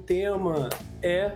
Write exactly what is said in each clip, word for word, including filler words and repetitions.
tema é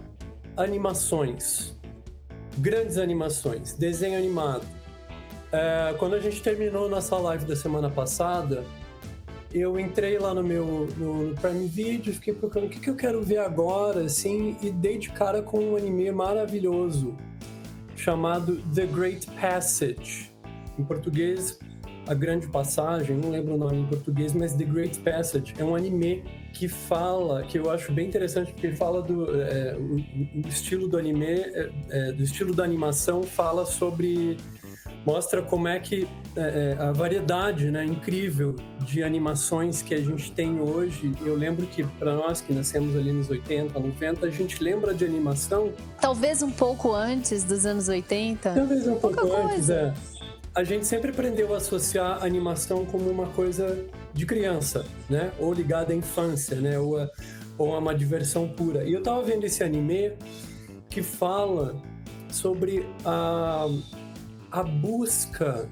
animações, grandes animações, desenho animado. É, quando a gente terminou nossa live da semana passada, eu entrei lá no meu no Prime Video, fiquei procurando o que, que eu quero ver agora, assim, e dei de cara com um anime maravilhoso chamado The Great Passage. Em português, A Grande Passagem, não lembro o nome em português, mas The Great Passage é um anime que fala, que eu acho bem interessante, porque ele fala do é, o, o estilo do anime, é, é, do estilo da animação, fala sobre, mostra como é que é, a variedade, né, incrível de animações que a gente tem hoje. Eu lembro que para nós que nascemos ali nos oitenta, noventa, a gente lembra de animação... Talvez um pouco antes dos anos oitenta. Talvez um pouco Pouca antes, coisa. é. A gente sempre aprendeu a associar a animação como uma coisa de criança, né? Ou ligada à infância, né? Ou a, ou a uma diversão pura. E eu tava vendo esse anime que fala sobre a, a busca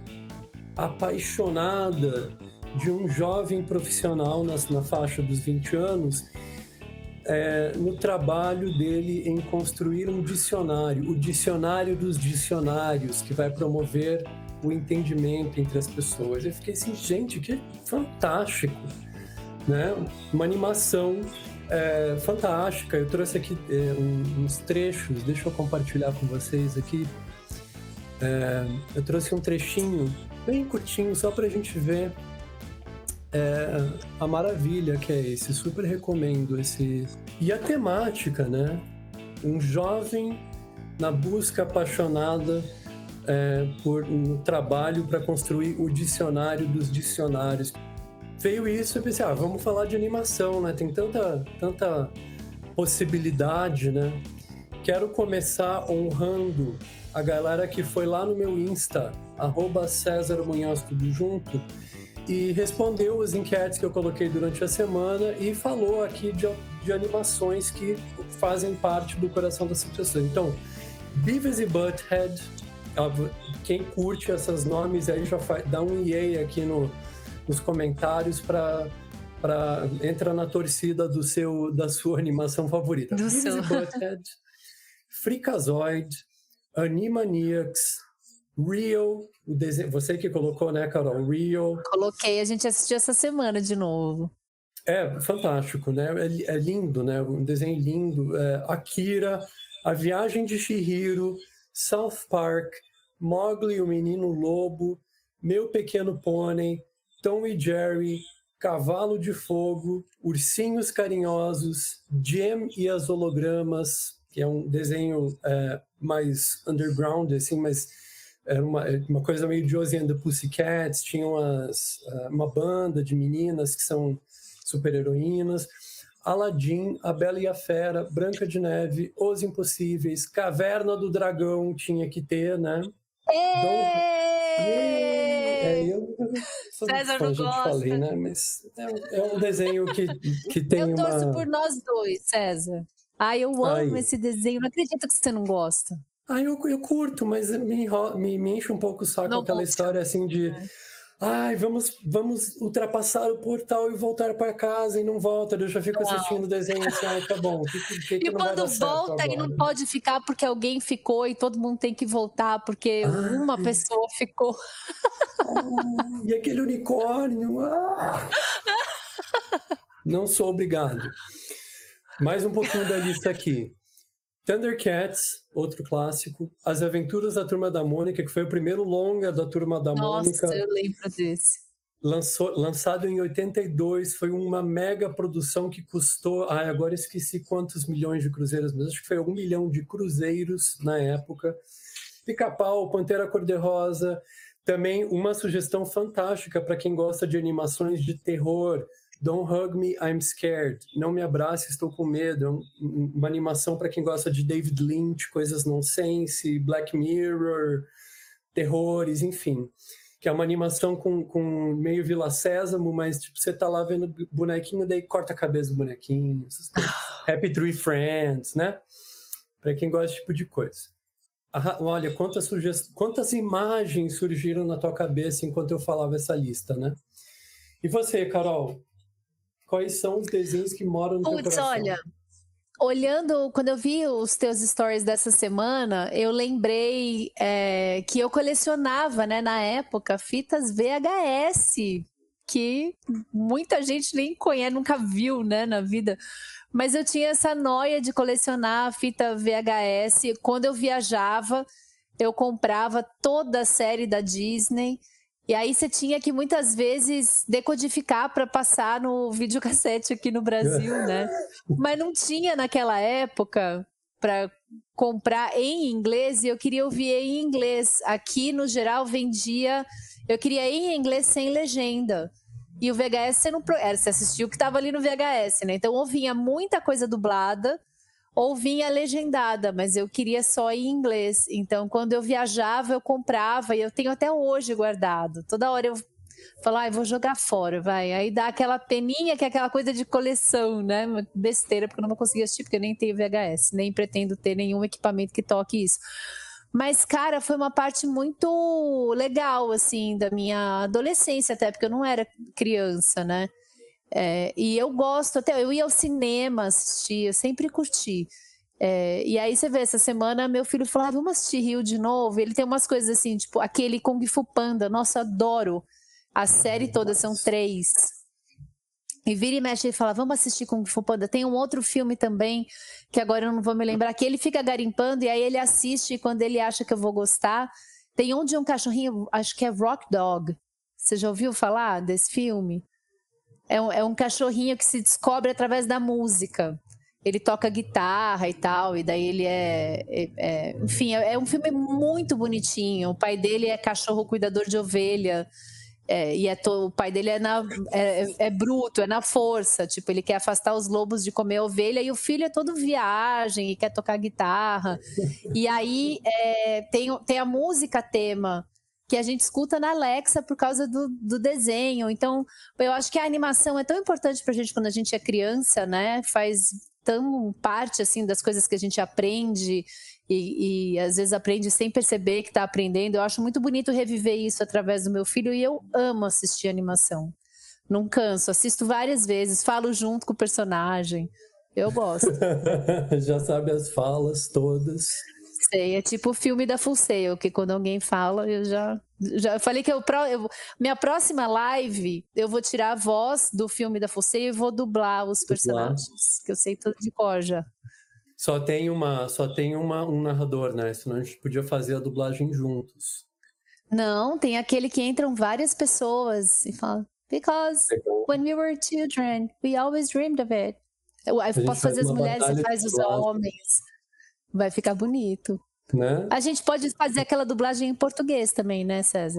apaixonada de um jovem profissional na, na faixa dos vinte anos, é, no trabalho dele em construir um dicionário, o dicionário dos dicionários, que vai promover o entendimento entre as pessoas. Eu fiquei assim, gente, que fantástico, né? Uma animação é, fantástica. Eu trouxe aqui é, um, uns trechos, deixa eu compartilhar com vocês aqui. É, eu trouxe um trechinho bem curtinho, só pra gente ver é, a maravilha que é esse. Super recomendo esse. E a temática, né? Um jovem na busca apaixonada É, por um trabalho para construir o dicionário dos dicionários. Veio isso e eu pensei, ah, vamos falar de animação, né? Tem tanta, tanta possibilidade, né? Quero começar honrando a galera que foi lá no meu Insta, arroba César Munhoz tudo junto, e respondeu as enquetes que eu coloquei durante a semana e falou aqui de, de animações que fazem parte do coração dessa pessoa. Então, Beavis e Butthead. Quem curte esses nomes aí já faz, dá um yay aqui no, nos comentários para para entra na torcida do seu da sua animação favorita. Do Beavis seu. e Butthead, Freakazoid, Animaniacs, Rio, o desenho, você que colocou, né, Carol? Rio. Coloquei, a gente assistiu essa semana de novo. É fantástico, né? É, é lindo, né? Um desenho lindo. É, Akira, A Viagem de Chihiro, South Park, Mowgli, o Menino Lobo, Meu Pequeno Pônei, Tom e Jerry, Cavalo de Fogo, Ursinhos Carinhosos, Jem e as Hologramas, que é um desenho é, mais underground, assim, mas era uma, uma coisa meio Josie and the Pussycats. Tinha umas, uma banda de meninas que são super-heroínas. Aladdin, A Bela e a Fera, Branca de Neve, Os Impossíveis, Caverna do Dragão, tinha que ter, né? É, eu sou César fã, não já te gosta. falei, né? Mas é, é um desenho que, que tem Eu torço uma... por nós dois, César. Ai, eu amo Ai. esse desenho. Não acredito que você não gosta. Ah, eu, eu curto, mas me, enro- me, me enche um pouco o saco Não aquela gosto. história assim de... É. Ai, vamos, vamos ultrapassar o portal e voltar para casa e não volta. Eu já fico Não. assistindo o desenho assim, ai, tá bom. Que, que, que E não vai quando dar certo volta e agora? não pode ficar porque alguém ficou e todo mundo tem que voltar porque Ai. uma pessoa ficou. Ah, e aquele unicórnio? Ah! Não sou obrigado. Mais um pouquinho da lista aqui. Thundercats, outro clássico. As Aventuras da Turma da Mônica, que foi o primeiro longa da Turma da Nossa, Mônica. eu lembro desse. Lançou, lançado em oitenta e dois, foi uma mega produção que custou... Ah, agora esqueci quantos milhões de cruzeiros, mas acho que foi um milhão de cruzeiros na época. Pica-Pau, Pantera Cor-de-Rosa. Também uma sugestão fantástica para quem gosta de animações de terror. Don't Hug Me, I'm Scared. Não Me Abrace, Estou com Medo. É um, uma animação para quem gosta de David Lynch, coisas nonsense, Black Mirror, terrores, enfim. Que é uma animação com, com meio Vila Sésamo, mas tipo, você tá lá vendo bonequinho, daí corta a cabeça do bonequinho. Essas coisas. Happy Tree Friends, né? Para quem gosta desse tipo de coisa. Ah, olha, quantas, sugest... quantas imagens surgiram na tua cabeça enquanto eu falava essa lista, né? E você, Carol? Quais são os desenhos que moram no teu Putz, coração? olha, olhando, quando eu vi os teus stories dessa semana, eu lembrei é, que eu colecionava, né, na época, fitas V H S, que muita gente nem conhece, nunca viu, né, na vida. Mas eu tinha essa noia de colecionar fita V H S. Quando eu viajava, eu comprava toda a série da Disney. E aí você tinha que muitas vezes decodificar para passar no videocassete aqui no Brasil, né? Mas não tinha naquela época para comprar em inglês e eu queria ouvir em inglês. Aqui, no geral, vendia... Eu queria em inglês sem legenda. E o V H S, você não... Você assistiu o que estava ali no V H S, né? Então, ou vinha muita coisa dublada, ou vinha legendada, mas eu queria só em inglês. Então, quando eu viajava, eu comprava, e eu tenho até hoje guardado. Toda hora eu falo, ah, eu vou jogar fora, vai. Aí dá aquela peninha, que é aquela coisa de coleção, né? Besteira, porque eu não consegui assistir, porque eu nem tenho V H S, nem pretendo ter nenhum equipamento que toque isso. Mas, cara, foi uma parte muito legal, assim, da minha adolescência, até, porque eu não era criança, né? É, e eu gosto, até eu ia ao cinema assistir, eu sempre curti. É, e aí você vê, essa semana meu filho falou, ah, vamos assistir Rio de novo. Ele tem umas coisas assim, tipo aquele Kung Fu Panda, nossa, adoro. A série toda, são três. E vira e mexe, ele fala, vamos assistir Kung Fu Panda. Tem um outro filme também, que agora eu não vou me lembrar, que ele fica garimpando e aí ele assiste quando ele acha que eu vou gostar. Tem um de um cachorrinho, acho que é Rock Dog. Você já ouviu falar desse filme? É um, é um cachorrinho que se descobre através da música. Ele toca guitarra e tal, e daí ele é... é, é enfim, é, é um filme muito bonitinho. O pai dele é cachorro cuidador de ovelha. É, e é to, o pai dele é, na, é, é bruto, é na força. Tipo, ele quer afastar os lobos de comer a ovelha. E o filho é todo viagem e quer tocar guitarra. E aí é, tem, tem a música tema que a gente escuta na Alexa por causa do, do desenho. Então, eu acho que a animação é tão importante pra gente quando a gente é criança, né? Faz tão parte, assim, das coisas que a gente aprende e, e às vezes aprende sem perceber que está aprendendo. Eu acho muito bonito reviver isso através do meu filho e eu amo assistir animação. Não canso, assisto várias vezes, falo junto com o personagem. Eu gosto. Já sabe as falas todas. Sei, é tipo o filme da Full Sail, que quando alguém fala, eu já... já eu falei que eu, eu, minha próxima live, eu vou tirar a voz do filme da Full Sail e vou dublar os personagens, dublar. Que eu sei tudo de cor já. Só tem, uma, só tem uma, um narrador, né? Senão a gente podia fazer a dublagem juntos. Não, tem aquele que entram várias pessoas e fala, because Legal. When we were children, we always dreamed of it. Eu, eu posso fazer as mulheres e faz os homens. Vai ficar bonito. Né? A gente pode fazer aquela dublagem em português também, né, César?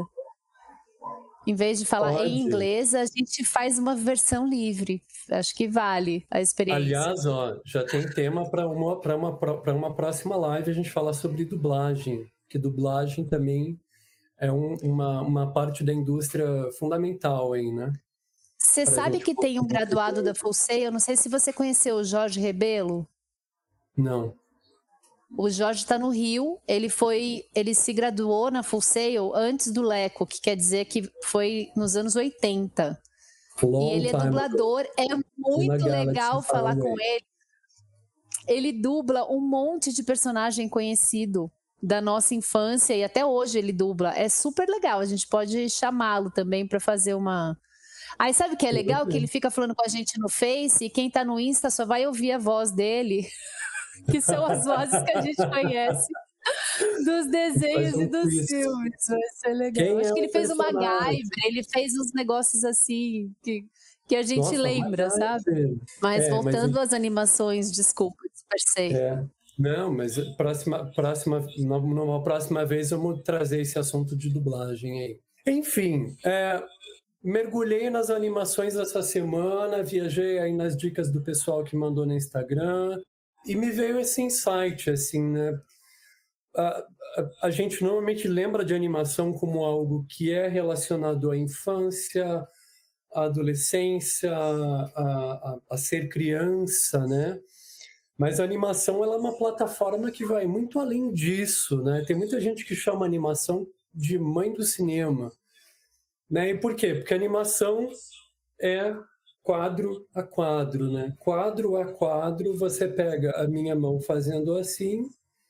Em vez de falar pode. Em inglês, a gente faz uma versão livre. Acho que vale a experiência. Aliás, ó, já tem tema para uma, para uma, para uma próxima live a gente falar sobre dublagem. Que dublagem também é um, uma, uma parte da indústria fundamental, hein, né? Você sabe que tem um graduado da Full Sail, eu não sei se você conheceu o Jorge Rebelo. Não. O Jorge está no Rio, ele foi, ele se graduou na Full Sail antes do Leco, que quer dizer que foi nos anos oitenta. Long e ele é dublador, ago. É muito legal falar com ele. Ele dubla um monte de personagem conhecido da nossa infância e até hoje ele dubla. É super legal, a gente pode chamá-lo também para fazer uma... Aí sabe o que é legal? Que ele fica falando com a gente no Face e quem está no Insta só vai ouvir a voz dele. Que são as vozes que a gente conhece dos desenhos e dos twist. Filmes. Vai ser legal. Quem Acho é que ele fez o MacGyver, ele fez uns negócios assim que, que a gente Nossa, lembra, sabe? Mas é, voltando mas... às animações, desculpa, dispersei. É. Não, mas próxima, próxima, numa próxima vez eu vou trazer esse assunto de dublagem aí. Enfim, é, mergulhei nas animações dessa semana, viajei aí nas dicas do pessoal que mandou no Instagram. E me veio esse insight, assim, né? A, a, a gente normalmente lembra de animação como algo que é relacionado à infância, à adolescência, a, a, a ser criança, né? Mas a animação ela é uma plataforma que vai muito além disso, né? Tem muita gente que chama a animação de mãe do cinema, né? E por quê? Porque a animação é quadro a quadro, né? Quadro a quadro, você pega a minha mão fazendo assim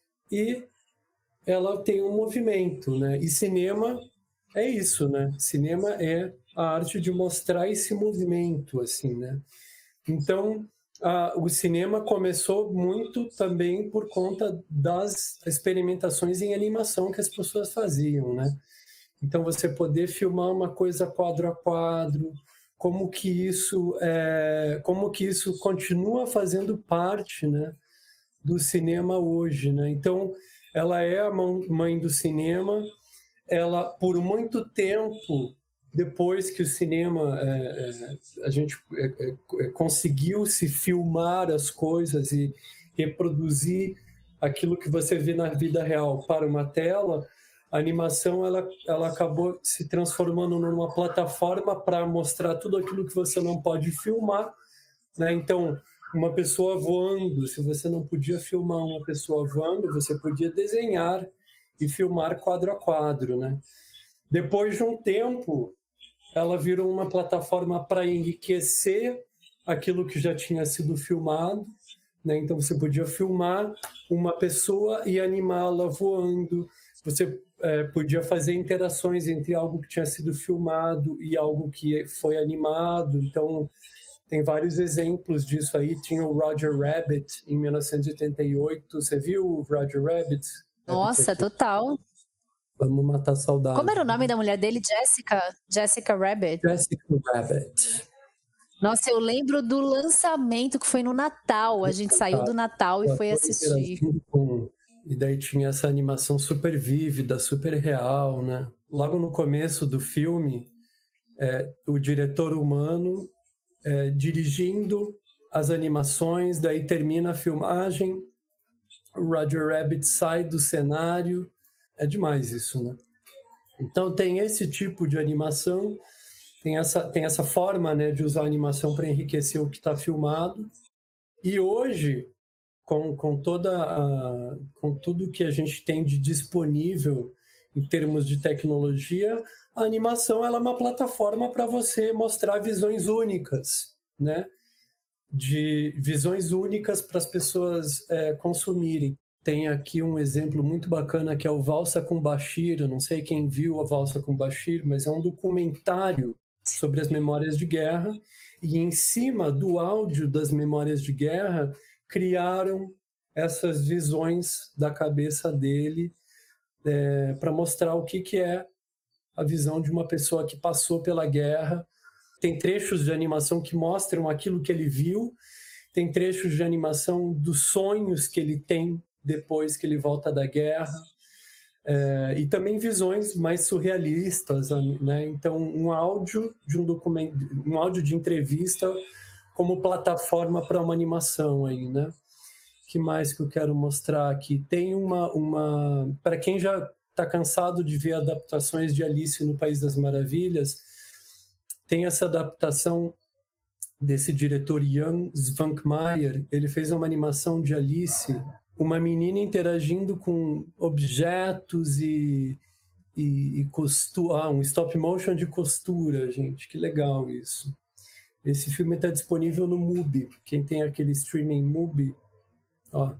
e ela tem um movimento, né? E cinema é isso, né? Cinema é a arte de mostrar esse movimento, assim, né? Então, a, o cinema começou muito também por conta das experimentações em animação que as pessoas faziam, né? Então, você poder filmar uma coisa quadro a quadro, como que isso, é, como que isso continua fazendo parte, né, do cinema hoje, né? Então, ela é a mãe do cinema. Ela, por muito tempo, depois que o cinema, é, é, a gente é, é, conseguiu se filmar as coisas e reproduzir aquilo que você vê na vida real para uma tela, a animação ela, ela acabou se transformando numa plataforma para mostrar tudo aquilo que você não pode filmar, né? Então, uma pessoa voando, se você não podia filmar uma pessoa voando, você podia desenhar e filmar quadro a quadro, né? Depois de um tempo, ela virou uma plataforma para enriquecer aquilo que já tinha sido filmado, né? Então, você podia filmar uma pessoa e animá-la voando. Você é, podia fazer interações entre algo que tinha sido filmado e algo que foi animado. Então, tem vários exemplos disso aí. Tinha o Roger Rabbit, em mil novecentos e oitenta e oito. Você viu o Roger Rabbit? Nossa, total. Vamos matar a saudade. Como era o nome da mulher dele? Jessica? Jessica Rabbit? Jessica Rabbit. Nossa, eu lembro do lançamento que foi no Natal. A gente saiu do Natal e foi assistir. Com... E daí tinha essa animação super vívida, super real, né? Logo no começo do filme, é, o diretor humano é, dirigindo as animações, daí termina a filmagem, o Roger Rabbit sai do cenário. É demais isso, né? Então tem esse tipo de animação, tem essa, tem essa forma, né, de usar a animação para enriquecer o que está filmado. E hoje, com, com, toda a, com tudo que a gente tem de disponível em termos de tecnologia, a animação ela é uma plataforma para você mostrar visões únicas, né? De visões únicas para as pessoas é, consumirem. Tem aqui um exemplo muito bacana que é o Valsa com Bashir. Eu não sei quem viu a Valsa com Bashir, mas é um documentário sobre as memórias de guerra, e em cima do áudio das memórias de guerra criaram essas visões da cabeça dele é, para mostrar o que, que é a visão de uma pessoa que passou pela guerra. Tem trechos de animação que mostram aquilo que ele viu, tem trechos de animação dos sonhos que ele tem depois que ele volta da guerra, é, e também visões mais surrealistas, né? Então, um áudio de um documento, um áudio de entrevista como plataforma para uma animação aí, né? Que mais que eu quero mostrar aqui? Tem uma, uma... para quem já está cansado de ver adaptações de Alice no País das Maravilhas, tem essa adaptação desse diretor Jan Svankmajer. Ele fez uma animação de Alice, uma menina interagindo com objetos e, e, e costura, ah, um stop motion de costura, gente, que legal isso. Esse filme está disponível no Mubi, quem tem aquele streaming Mubi, ó,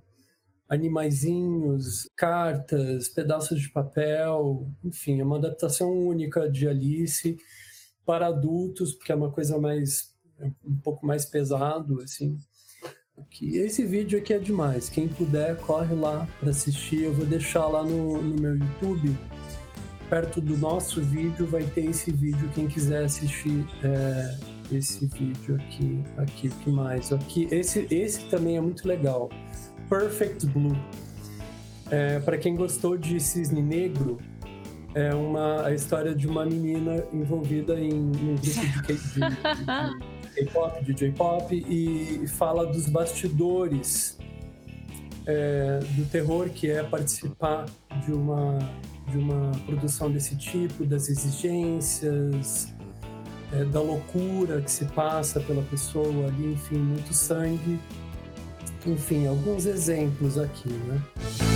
animaizinhos, cartas, pedaços de papel, enfim, é uma adaptação única de Alice para adultos, porque é uma coisa mais, um pouco mais pesado, assim. Aqui. Esse vídeo aqui é demais. Quem puder, corre lá para assistir. Eu vou deixar lá no, no meu YouTube. Perto do nosso vídeo vai ter esse vídeo. Quem quiser assistir é, esse vídeo aqui. Aqui, o que mais? Aqui, esse, esse também é muito legal. Perfect Blue. É, para quem gostou de Cisne Negro, é uma, a história de uma menina envolvida em um grupo de... de, de K-pop, de J-pop, e fala dos bastidores é, do terror, que é participar de uma, de uma produção desse tipo, das exigências, é, da loucura que se passa pela pessoa ali, enfim, muito sangue. Enfim, alguns exemplos aqui, né?